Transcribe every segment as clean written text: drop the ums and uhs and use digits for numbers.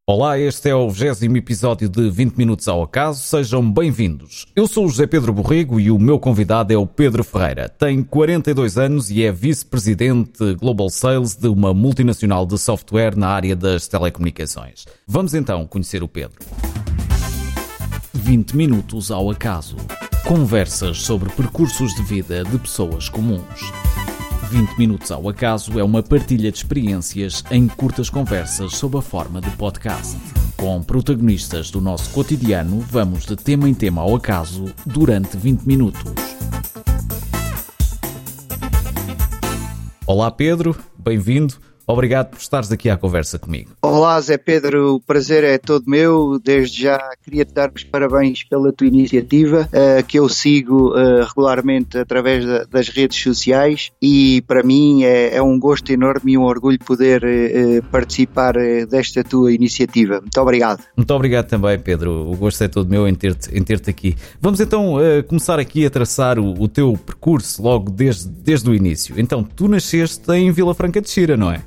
Olá, este é o 20º episódio de 20 Minutos ao Acaso, sejam bem-vindos. Eu sou o José Pedro Borrego e o meu convidado é o Pedro Ferreira. Tem 42 anos e é vice-presidente Global Sales de uma multinacional de software na área das telecomunicações. Vamos então conhecer o Pedro. 20 Minutos ao Acaso. Conversas sobre percursos de vida de pessoas comuns. 20 Minutos ao Acaso é uma partilha de experiências em curtas conversas sob a forma de podcast. Com protagonistas do nosso cotidiano, vamos de tema em tema ao acaso durante 20 minutos. Olá Pedro, bem-vindo. Obrigado por estares aqui à conversa comigo. Olá Zé Pedro, o prazer é todo meu. Desde já queria-te dar os parabéns pela tua iniciativa, que eu sigo regularmente através das redes sociais, e para mim é um gosto enorme e um orgulho poder participar desta tua iniciativa. Muito obrigado. Muito obrigado também, Pedro. O gosto é todo meu em ter-te aqui. Vamos então começar aqui a traçar o teu percurso logo desde o início. Então, tu nasceste em Vila Franca de Xira, não é?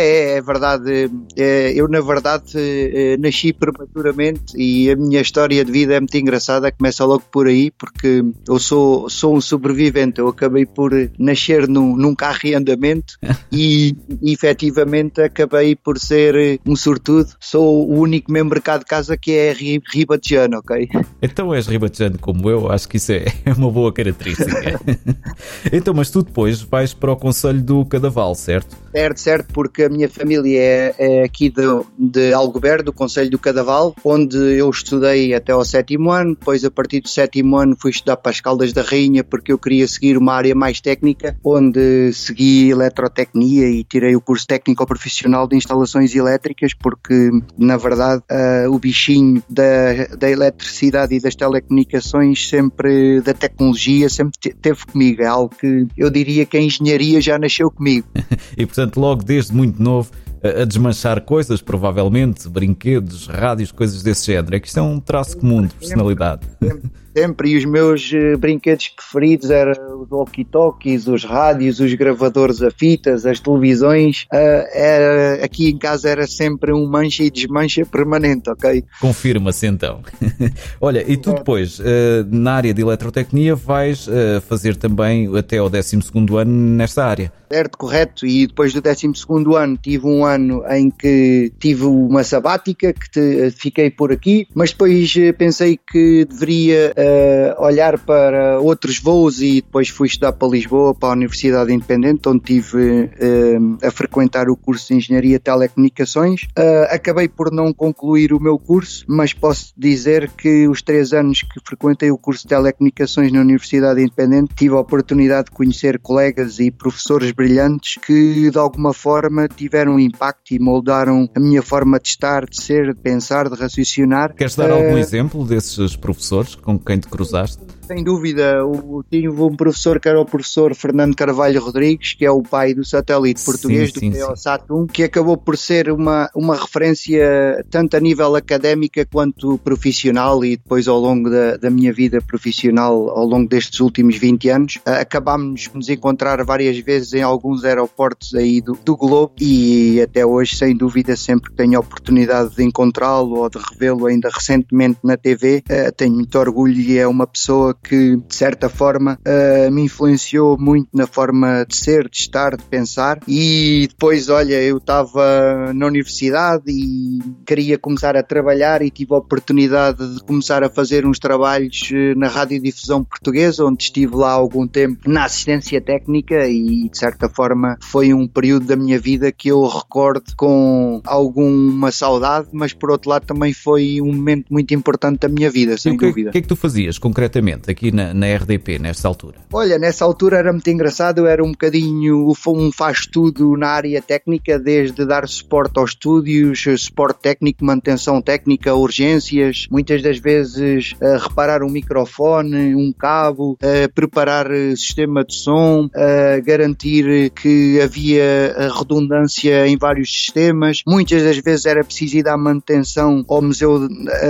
É verdade. Eu na verdade nasci prematuramente e a minha história de vida é muito engraçada, começa logo por aí, porque eu sou um sobrevivente. Eu acabei por nascer num carro em andamento e efetivamente acabei por ser um sortudo. Sou o único membro cá de casa que é ribatejano, ok? Então és ribatejano como eu, acho que isso é uma boa característica. Então, mas tu depois vais para o concelho do Cadaval, certo? Certo, porque a minha família é aqui de Algober, do concelho do Cadaval, onde eu estudei até ao 7º ano. Depois, a partir do 7º ano, fui estudar para as Caldas da Rainha, porque eu queria seguir uma área mais técnica, onde segui eletrotecnia e tirei o curso técnico profissional de instalações elétricas, porque na verdade o bichinho da eletricidade e das telecomunicações, sempre da tecnologia, sempre teve comigo. É algo que eu diria que a engenharia já nasceu comigo. E portanto, logo desde muito novo, a desmanchar coisas, provavelmente, brinquedos, rádios, coisas desse género. É que isto é um traço comum de personalidade. Sempre, e os meus brinquedos preferidos eram os walkie-talkies, os rádios, os gravadores a fitas, as televisões. Aqui em casa era sempre um mancha e desmancha permanente, ok? Confirma-se então. Olha, e tu depois, na área de eletrotecnia, vais fazer também até ao 12º ano nesta área. Certo, correto, e depois do 12º ano tive um ano em que tive uma sabática, que fiquei por aqui, mas depois pensei que deveria olhar para outros voos e depois fui estudar para Lisboa, para a Universidade Independente, onde estive a frequentar o curso de Engenharia de Telecomunicações. Acabei por não concluir o meu curso, mas posso dizer que os 3 anos que frequentei o curso de Telecomunicações na Universidade Independente tive a oportunidade de conhecer colegas e professores brilhantes que de alguma forma tiveram um impacto e moldaram a minha forma de estar, de ser, de pensar, de raciocinar. Queres dar algum exemplo desses professores com quem te cruzaste? Sem dúvida, tive um professor que era o professor Fernando Carvalho Rodrigues, que é o pai do satélite português, do POSAT-1, que acabou por ser uma referência tanto a nível académica quanto profissional, e depois ao longo da minha vida profissional, ao longo destes últimos 20 anos, acabámos de nos encontrar várias vezes em alguns aeroportos aí do globo, e até hoje, sem dúvida, sempre que tenho a oportunidade de encontrá-lo ou de revê-lo ainda recentemente na TV, tenho muito orgulho, e é uma pessoa que, de certa forma, me influenciou muito na forma de ser, de estar, de pensar. E depois, olha, eu estava na universidade e queria começar a trabalhar, e tive a oportunidade de começar a fazer uns trabalhos na Radiodifusão Portuguesa, onde estive lá algum tempo na assistência técnica, e de certa forma foi um período da minha vida que eu recordo com alguma saudade, mas por outro lado também foi um momento muito importante da minha vida, sem dúvida. O que é que tu fazias concretamente aqui na RDP, nesta altura? Olha, nessa altura era muito engraçado, eu era um bocadinho um faz-tudo na área técnica, desde dar suporte aos estúdios, suporte técnico, manutenção técnica, urgências, muitas das vezes reparar um microfone, um cabo, preparar sistema de som, garantir que havia redundância em vários sistemas. Muitas das vezes era preciso ir dar manutenção ao Museu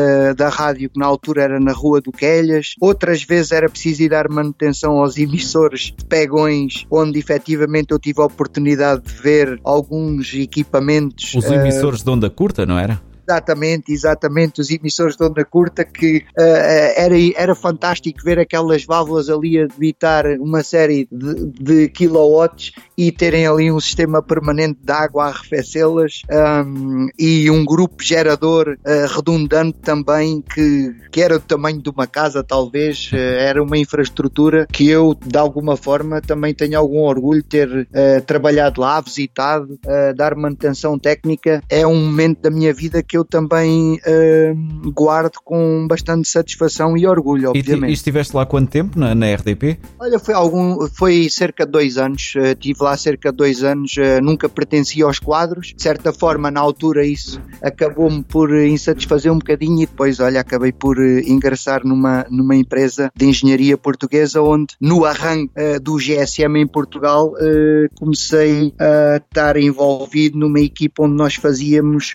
da Rádio, que na altura era na Rua do Quelhas. Outras vezes era preciso ir dar manutenção aos emissores de pegões, onde efetivamente eu tive a oportunidade de ver alguns equipamentos. Os emissores de onda curta, não era? Exatamente, os emissores de onda curta, que era fantástico ver aquelas válvulas ali a debitar uma série de kilowatts e terem ali um sistema permanente de água a arrefecê-las, e um grupo gerador redundante também, que era do tamanho de uma casa, talvez. Era uma infraestrutura que eu, de alguma forma, também tenho algum orgulho de ter trabalhado lá, visitado, dar manutenção técnica. É um momento da minha vida que eu também guardo com bastante satisfação e orgulho, obviamente. E estiveste lá quanto tempo na RDP? Olha, foi cerca de 2 anos. Estive lá cerca de 2 anos. Nunca pertencia aos quadros. De certa forma, na altura, isso acabou-me por insatisfazer um bocadinho, e depois, acabei por ingressar numa empresa de engenharia portuguesa, onde, no arranque do GSM em Portugal, comecei a estar envolvido numa equipa onde nós fazíamos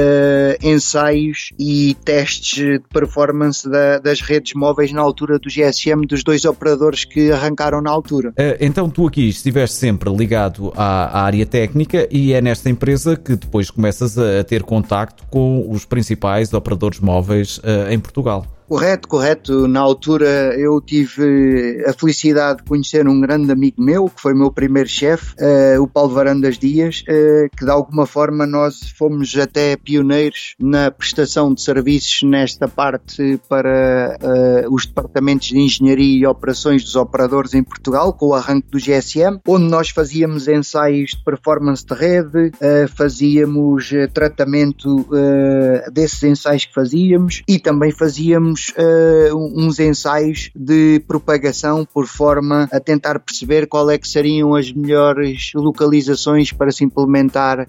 ensaios e testes de performance das redes móveis na altura do GSM, dos 2 operadores que arrancaram na altura. Então tu aqui estiveste sempre ligado à área técnica, e é nesta empresa que depois começas a ter contacto com os principais operadores móveis em Portugal. Correto. Na altura eu tive a felicidade de conhecer um grande amigo meu, que foi meu primeiro chefe, o Paulo Varandas Dias, que de alguma forma nós fomos até pioneiros na prestação de serviços nesta parte para os departamentos de engenharia e operações dos operadores em Portugal, com o arranque do GSM, onde nós fazíamos ensaios de performance de rede, fazíamos tratamento desses ensaios que fazíamos, e também fazíamos uns ensaios de propagação, por forma a tentar perceber qual é que seriam as melhores localizações para se implementar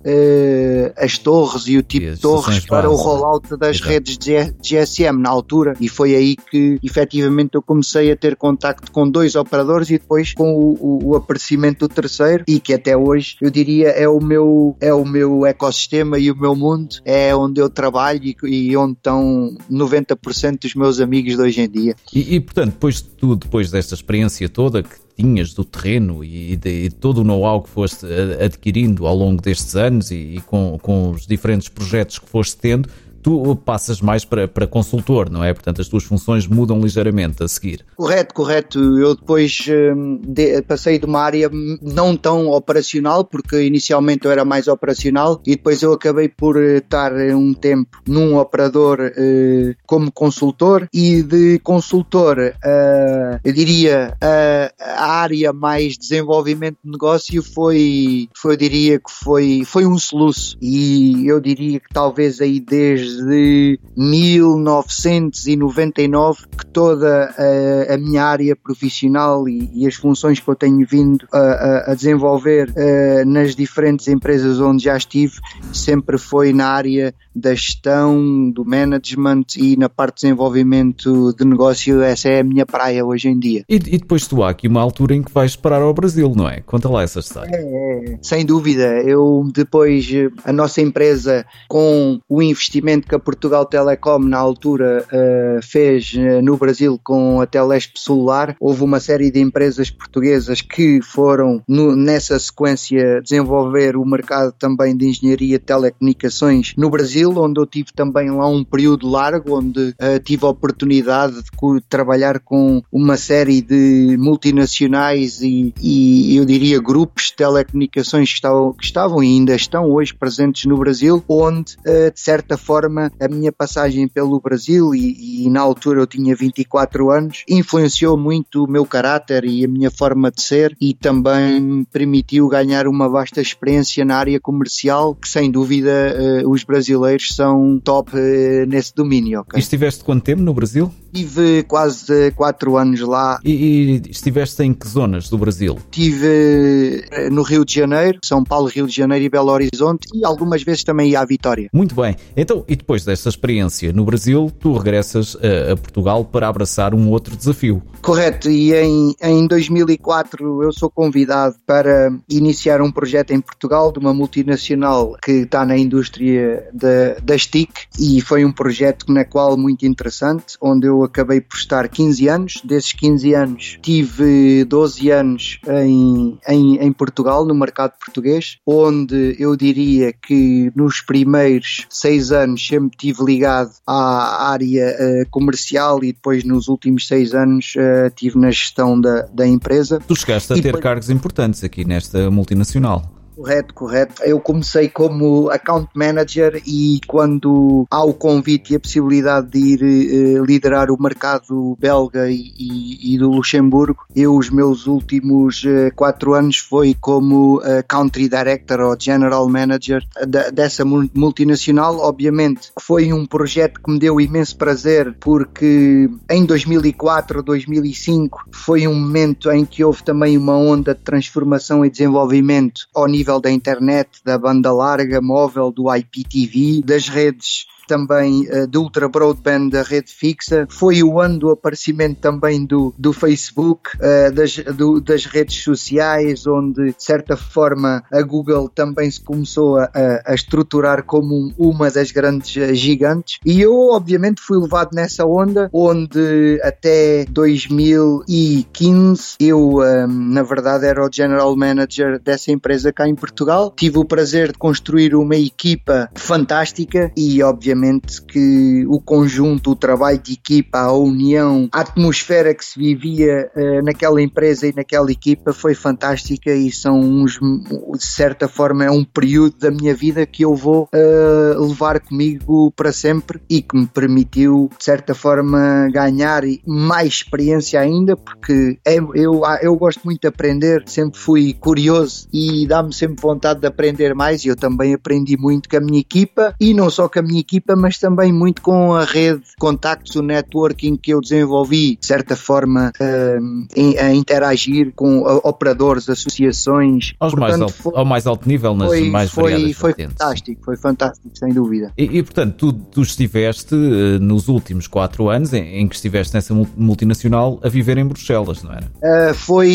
as torres e o tipo de torres para o rollout das redes de GSM na altura. E foi aí que efetivamente eu comecei a ter contacto com 2 operadores, e depois com o aparecimento do terceiro, e que até hoje eu diria é o meu ecossistema e o meu mundo, é onde eu trabalho e onde estão 90% dos meus amigos de hoje em dia. E portanto, depois desta experiência toda que tinhas do terreno e de todo o know-how que foste adquirindo ao longo destes anos, e com os diferentes projetos que foste tendo, tu passas mais para consultor, não é? Portanto, as tuas funções mudam ligeiramente a seguir. Correto. Eu depois passei de uma área não tão operacional, porque inicialmente eu era mais operacional, e depois eu acabei por estar um tempo num operador como consultor, e de consultor, eu diria, a área mais desenvolvimento de negócio eu diria que foi um soluço, e eu diria que talvez aí desde 1999 que toda a minha área profissional e as funções que eu tenho vindo a desenvolver nas diferentes empresas onde já estive, sempre foi na área da gestão, do management e na parte de desenvolvimento de negócio. Essa é a minha praia hoje em dia. E depois tu há aqui uma altura em que vais parar ao Brasil, não é? Conta lá essa história. Sem dúvida. Eu depois, a nossa empresa, com o investimento que a Portugal Telecom na altura fez no Brasil com a Telesp Celular, houve uma série de empresas portuguesas que foram nessa sequência desenvolver o mercado também de engenharia de telecomunicações no Brasil, onde eu tive também lá um período largo, onde tive a oportunidade de trabalhar com uma série de multinacionais e eu diria grupos de telecomunicações que estavam e ainda estão hoje presentes no Brasil, onde de certa forma a minha passagem pelo Brasil, e na altura eu tinha 24 anos, influenciou muito o meu caráter e a minha forma de ser, e também me permitiu ganhar uma vasta experiência na área comercial, que sem dúvida os brasileiros são top nesse domínio. Okay? E estiveste quanto tempo no Brasil? Estive quase 4 anos lá. E estiveste em que zonas do Brasil? Estive no Rio de Janeiro, São Paulo, Rio de Janeiro e Belo Horizonte, e algumas vezes também ia à Vitória. Muito bem. Então, e depois desta experiência no Brasil, tu regressas a Portugal para abraçar um outro desafio. Correto. E em 2004 eu sou convidado para iniciar um projeto em Portugal de uma multinacional que está na indústria das TIC, e foi um projeto na qual muito interessante, onde eu acabei por estar 15 anos. Desses 15 anos tive 12 anos em Portugal, no mercado português, onde eu diria que nos primeiros 6 anos sempre estive ligado à área comercial e depois nos últimos 6 anos estive na gestão da empresa. Tu chegaste a ter cargos importantes aqui nesta multinacional. Correto. Eu comecei como account manager e quando há o convite e a possibilidade de ir liderar o mercado belga e do Luxemburgo, os meus últimos 4 anos foi como country director ou general manager dessa multinacional. Obviamente foi um projeto que me deu imenso prazer porque em 2004, 2005 foi um momento em que houve também uma onda de transformação e desenvolvimento ao nível da internet, da banda larga, móvel, do IPTV, das redes também do ultra broadband, da rede fixa. Foi o ano do aparecimento também do Facebook, das redes sociais, onde de certa forma a Google também se começou a estruturar como uma das grandes gigantes, e eu obviamente fui levado nessa onda, onde até 2015 eu na verdade era o general manager dessa empresa cá em Portugal. Tive o prazer de construir uma equipa fantástica e obviamente que o conjunto, o trabalho de equipa, a união, a atmosfera que se vivia naquela empresa e naquela equipa foi fantástica, e são de certa forma é um período da minha vida que eu vou levar comigo para sempre e que me permitiu de certa forma ganhar mais experiência ainda, porque eu gosto muito de aprender, sempre fui curioso e dá-me sempre vontade de aprender mais, e eu também aprendi muito com a minha equipa, e não só com a minha equipa, mas também muito com a rede de contactos, o networking que eu desenvolvi, de certa forma, a interagir com operadores, associações. Ao mais alto nível, nas mais variadas vertentes. Foi fantástico, sem dúvida. E portanto, tu estiveste nos últimos 4 anos, em que estiveste nessa multinacional, a viver em Bruxelas, não era?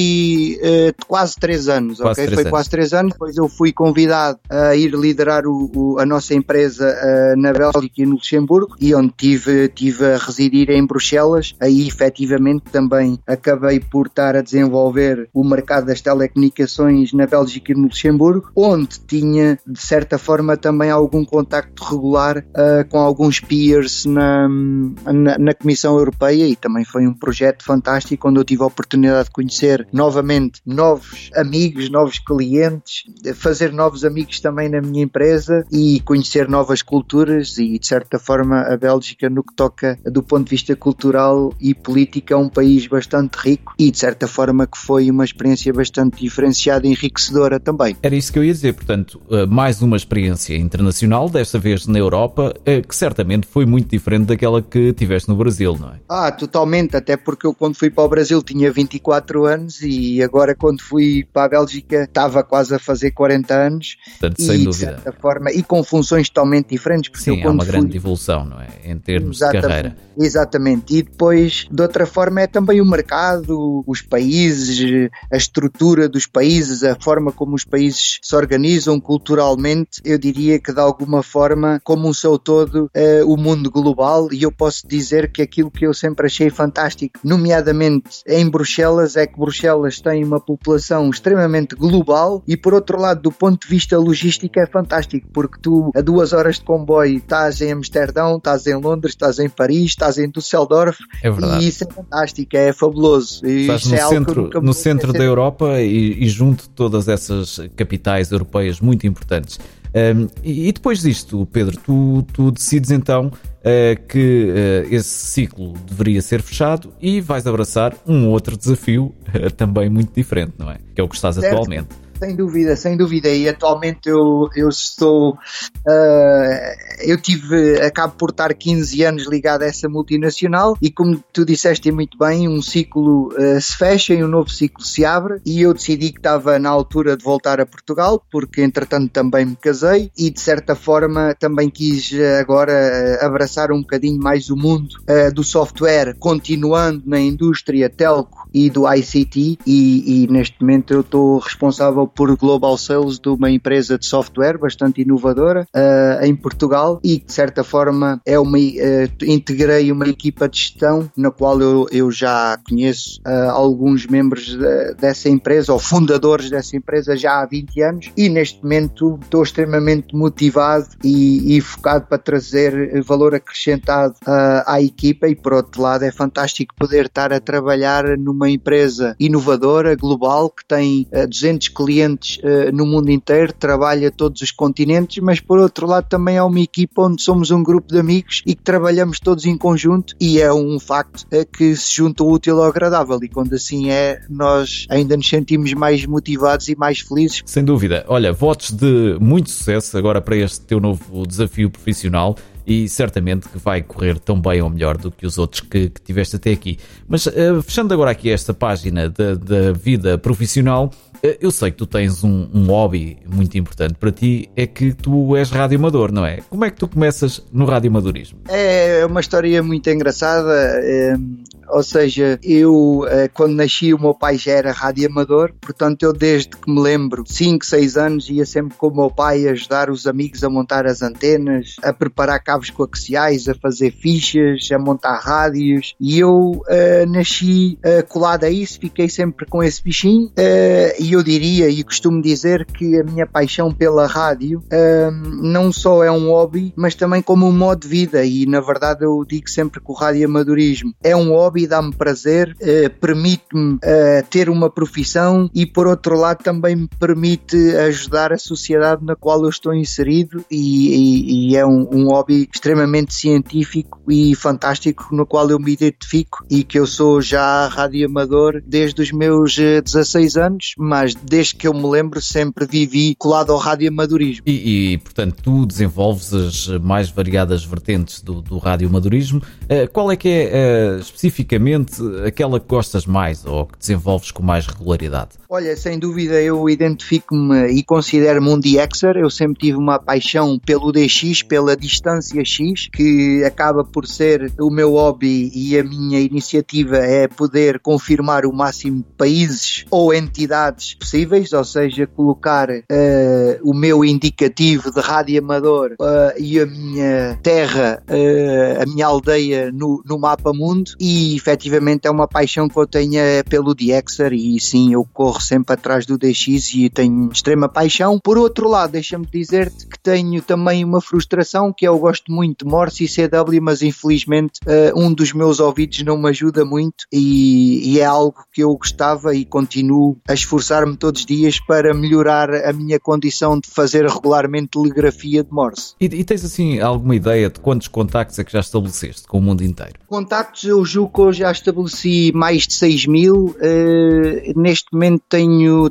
Foi quase 3 anos, quase 3 anos, depois eu fui convidado a ir liderar a nossa empresa na Bélgica e no Luxemburgo, e onde tive a residir em Bruxelas. Aí efetivamente também acabei por estar a desenvolver o mercado das telecomunicações na Bélgica e no Luxemburgo, onde tinha de certa forma também algum contacto regular com alguns peers na Comissão Europeia, e também foi um projeto fantástico onde eu tive a oportunidade de conhecer novamente novos amigos, novos clientes, fazer novos amigos também na minha empresa e conhecer novas culturas. E de certa forma a Bélgica, no que toca do ponto de vista cultural e político, é um país bastante rico e de certa forma que foi uma experiência bastante diferenciada e enriquecedora também. Era isso que eu ia dizer, portanto, mais uma experiência internacional, desta vez na Europa, que certamente foi muito diferente daquela que tiveste no Brasil, não é? Totalmente, até porque eu quando fui para o Brasil tinha 24 anos e agora quando fui para a Bélgica estava quase a fazer 40 anos. Portanto, sem dúvida. De certa forma, e com funções totalmente diferentes. Porque sim, há uma grande evolução, não é? Em termos de carreira. Exatamente. E depois, de outra forma, é também o mercado, os países, a estrutura dos países, a forma como os países se organizam culturalmente. Eu diria que, de alguma forma, como um seu todo, o mundo global, e eu posso dizer que aquilo que eu sempre achei fantástico, nomeadamente em Bruxelas, é que Bruxelas tem uma população extremamente global e, por outro lado, do ponto de vista logístico, é fantástico, porque tu, a 2 horas de comboio, estás em Amsterdão, estás em Londres, estás em Paris, estás em Düsseldorf. É verdade. E isso é fantástico, é fabuloso. Estás no centro da Europa e junto de todas essas capitais europeias muito importantes. E depois disto, Pedro, tu decides então que esse ciclo deveria ser fechado e vais abraçar um outro desafio também muito diferente, não é? Que é o que estás atualmente. Sem dúvida, e atualmente eu estou, acabo por estar 15 anos ligado a essa multinacional e, como tu disseste muito bem, um ciclo se fecha e um novo ciclo se abre, e eu decidi que estava na altura de voltar a Portugal, porque entretanto também me casei e de certa forma também quis agora abraçar um bocadinho mais o mundo do software, continuando na indústria telco e do ICT, e neste momento eu estou responsável por Global Sales de uma empresa de software bastante inovadora em Portugal e, de certa forma, integrei uma equipa de gestão na qual eu já conheço alguns membros dessa empresa, ou fundadores dessa empresa, já há 20 anos, e neste momento estou extremamente motivado e focado para trazer valor acrescentado à equipa. E por outro lado é fantástico poder estar a trabalhar numa empresa inovadora, global, que tem 200 clientes no mundo inteiro, trabalha todos os continentes, mas por outro lado também é uma equipa onde somos um grupo de amigos e que trabalhamos todos em conjunto, e é um facto que se junta o útil ao agradável, e quando assim é, nós ainda nos sentimos mais motivados e mais felizes. Sem dúvida. Olha, votos de muito sucesso agora para este teu novo desafio profissional, e certamente que vai correr tão bem ou melhor do que os outros que tiveste até aqui. Mas fechando agora aqui esta página da vida profissional, eu sei que tu tens um hobby muito importante para ti, é que tu és radioamador, não é? Como é que tu começas no radioamadorismo? É uma história muito engraçada, ou seja, eu quando nasci o meu pai já era radioamador, portanto eu desde que me lembro, 5, 6 anos, ia sempre com o meu pai ajudar os amigos a montar as antenas, a preparar cabos coaxiais, a fazer fichas, a montar rádios, e eu nasci colado a isso, fiquei sempre com esse bichinho, e eu diria e costumo dizer que a minha paixão pela rádio não só é um hobby, mas também como um modo de vida, e na verdade eu digo sempre que o radioamadorismo é um hobby, dá-me prazer, permite-me ter uma profissão e por outro lado também me permite ajudar a sociedade na qual eu estou inserido, e é um hobby extremamente científico e fantástico no qual eu me identifico, e que eu sou já radioamador desde os meus 16 anos, mas desde que eu me lembro sempre vivi colado ao radioamadorismo. E portanto, tu desenvolves as mais variadas vertentes do radioamadorismo. Qual é que é especificamente aquela que gostas mais ou que desenvolves com mais regularidade? Olha, sem dúvida eu identifico-me e considero-me um DXer. Eu sempre tive uma paixão pelo DX, pela distância X, que acaba por ser o meu hobby, e a minha iniciativa é poder confirmar o máximo de países ou entidades possíveis, ou seja, colocar o meu indicativo de radioamador e a minha terra, a minha aldeia no mapa mundo, e efetivamente é uma paixão que eu tenho pelo DXer, e sim, eu corro sempre atrás do DX e tenho extrema paixão. Por outro lado, deixa-me dizer-te que tenho também uma frustração, que eu gosto muito de Morse e CW, mas infelizmente um dos meus ouvidos não me ajuda muito, e é algo que eu gostava e continuo a esforçar-me todos os dias para melhorar a minha condição de fazer regularmente telegrafia de Morse. E tens assim alguma ideia de quantos contactos é que já estabeleceste com o mundo inteiro? Contactos eu julgo que eu já estabeleci mais de 6.000, neste momento tenho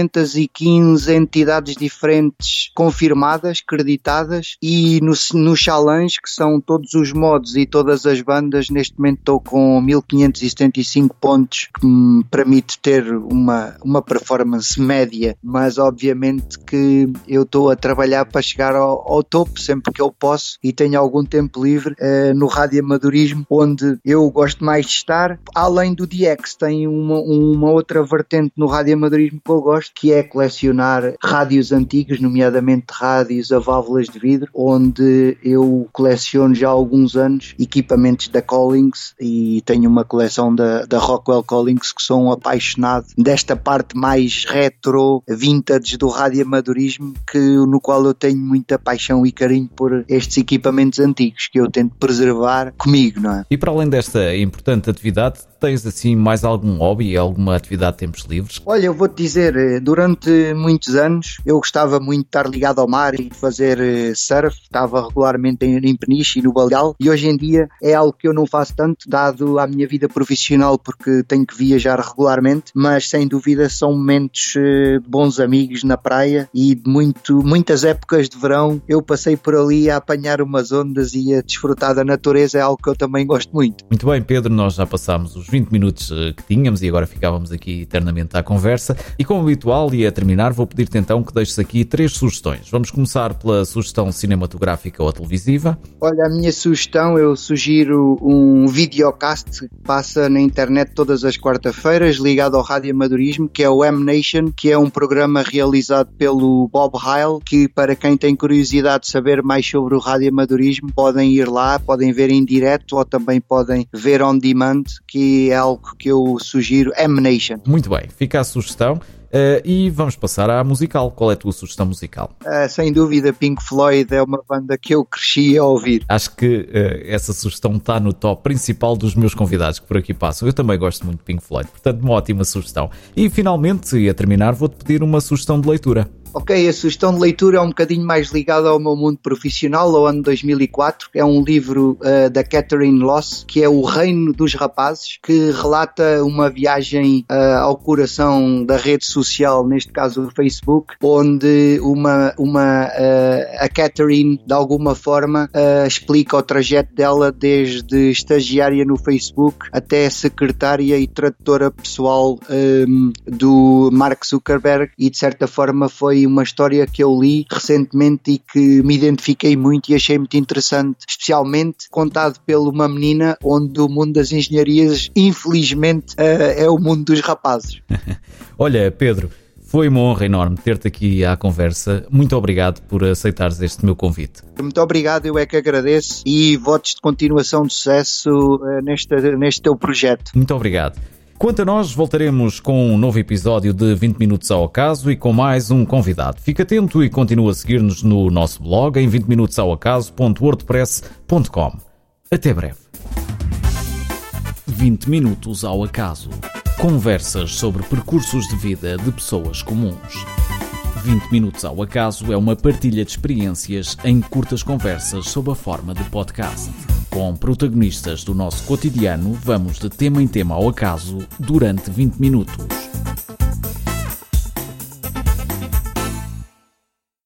315 entidades diferentes confirmadas, creditadas, e no challenge, que são todos os modos e todas as bandas, neste momento estou com 1.575 pontos, que me permite ter uma performance média, mas obviamente que eu estou a trabalhar para chegar ao topo sempre que eu posso, e tenho algum tempo livre no radioamadorismo, onde eu gosto mais de estar. Além do DX, tem uma outra vertente no radioamadorismo que eu gosto, que é colecionar rádios antigos, nomeadamente rádios a válvulas de vidro, onde eu coleciono já há alguns anos equipamentos da Collings, e tenho uma coleção da Rockwell Collings, que sou um apaixonado desta parte mais retro, vintage do radioamadorismo, no qual eu tenho muita paixão e carinho por estes equipamentos antigos, que eu tento preservar comigo, não é? E para além desta importante atividade, tens assim mais algum hobby, alguma atividade de tempos livres? Olha, eu vou-te dizer, durante muitos anos eu gostava muito de estar ligado ao mar e de fazer surf, estava regularmente em Peniche e no Baleal, e hoje em dia é algo que eu não faço tanto, dado à minha vida profissional, porque tenho que viajar regularmente, mas sem dúvida são momentos de bons amigos na praia, e de muitas épocas de verão eu passei por ali a apanhar umas ondas e a desfrutar da natureza, é algo que eu também gosto muito. Muito bem, Pedro, nós já passámos os 20 minutos que tínhamos e agora ficávamos aqui eternamente à conversa. E como habitual, e a terminar, vou pedir-te então que deixes aqui 3 sugestões. Vamos começar pela sugestão cinematográfica ou televisiva. Olha, a minha sugestão, eu sugiro um videocast que passa na internet todas as quarta-feiras, ligado ao Rádio Amadorismo, que é o M-Nation, que é um programa realizado pelo Bob Heil, que para quem tem curiosidade de saber mais sobre o Rádio Amadorismo, podem ir lá, podem ver em direto ou também podem ver on demand, que é algo que eu sugiro, M-Nation. Muito bem, fica a sugestão. E vamos passar à musical. Qual é a tua sugestão musical? Sem dúvida, Pink Floyd é uma banda que eu cresci a ouvir. Acho que essa sugestão está no top principal dos meus convidados que por aqui passam. Eu também gosto muito de Pink Floyd, portanto uma ótima sugestão. E finalmente, e a terminar, vou-te pedir uma sugestão de leitura. Ok, a sugestão de leitura é um bocadinho mais ligada ao meu mundo profissional, ao ano 2004. É um livro da Catherine Loss, que é O Reino dos Rapazes, que relata uma viagem ao coração da rede social, neste caso o Facebook, onde a Catherine, de alguma forma, explica o trajeto dela desde estagiária no Facebook até secretária e tradutora pessoal do Mark Zuckerberg, e de certa forma foi uma história que eu li recentemente e que me identifiquei muito e achei muito interessante, especialmente contado por uma menina onde o mundo das engenharias, infelizmente, é o mundo dos rapazes. Olha, Pedro, foi uma honra enorme ter-te aqui à conversa. Muito obrigado por aceitares este meu convite. Muito obrigado, eu é que agradeço e votos de continuação de sucesso neste teu projeto. Muito obrigado. Quanto a nós, voltaremos com um novo episódio de 20 Minutos ao Acaso e com mais um convidado. Fica atento e continua a seguir-nos no nosso blog em 20minutosaoacaso.wordpress.com. Até breve. 20 Minutos ao Acaso. Conversas sobre percursos de vida de pessoas comuns. 20 Minutos ao Acaso é uma partilha de experiências em curtas conversas sob a forma de podcast. Com protagonistas do nosso cotidiano, vamos de tema em tema ao acaso durante 20 minutos.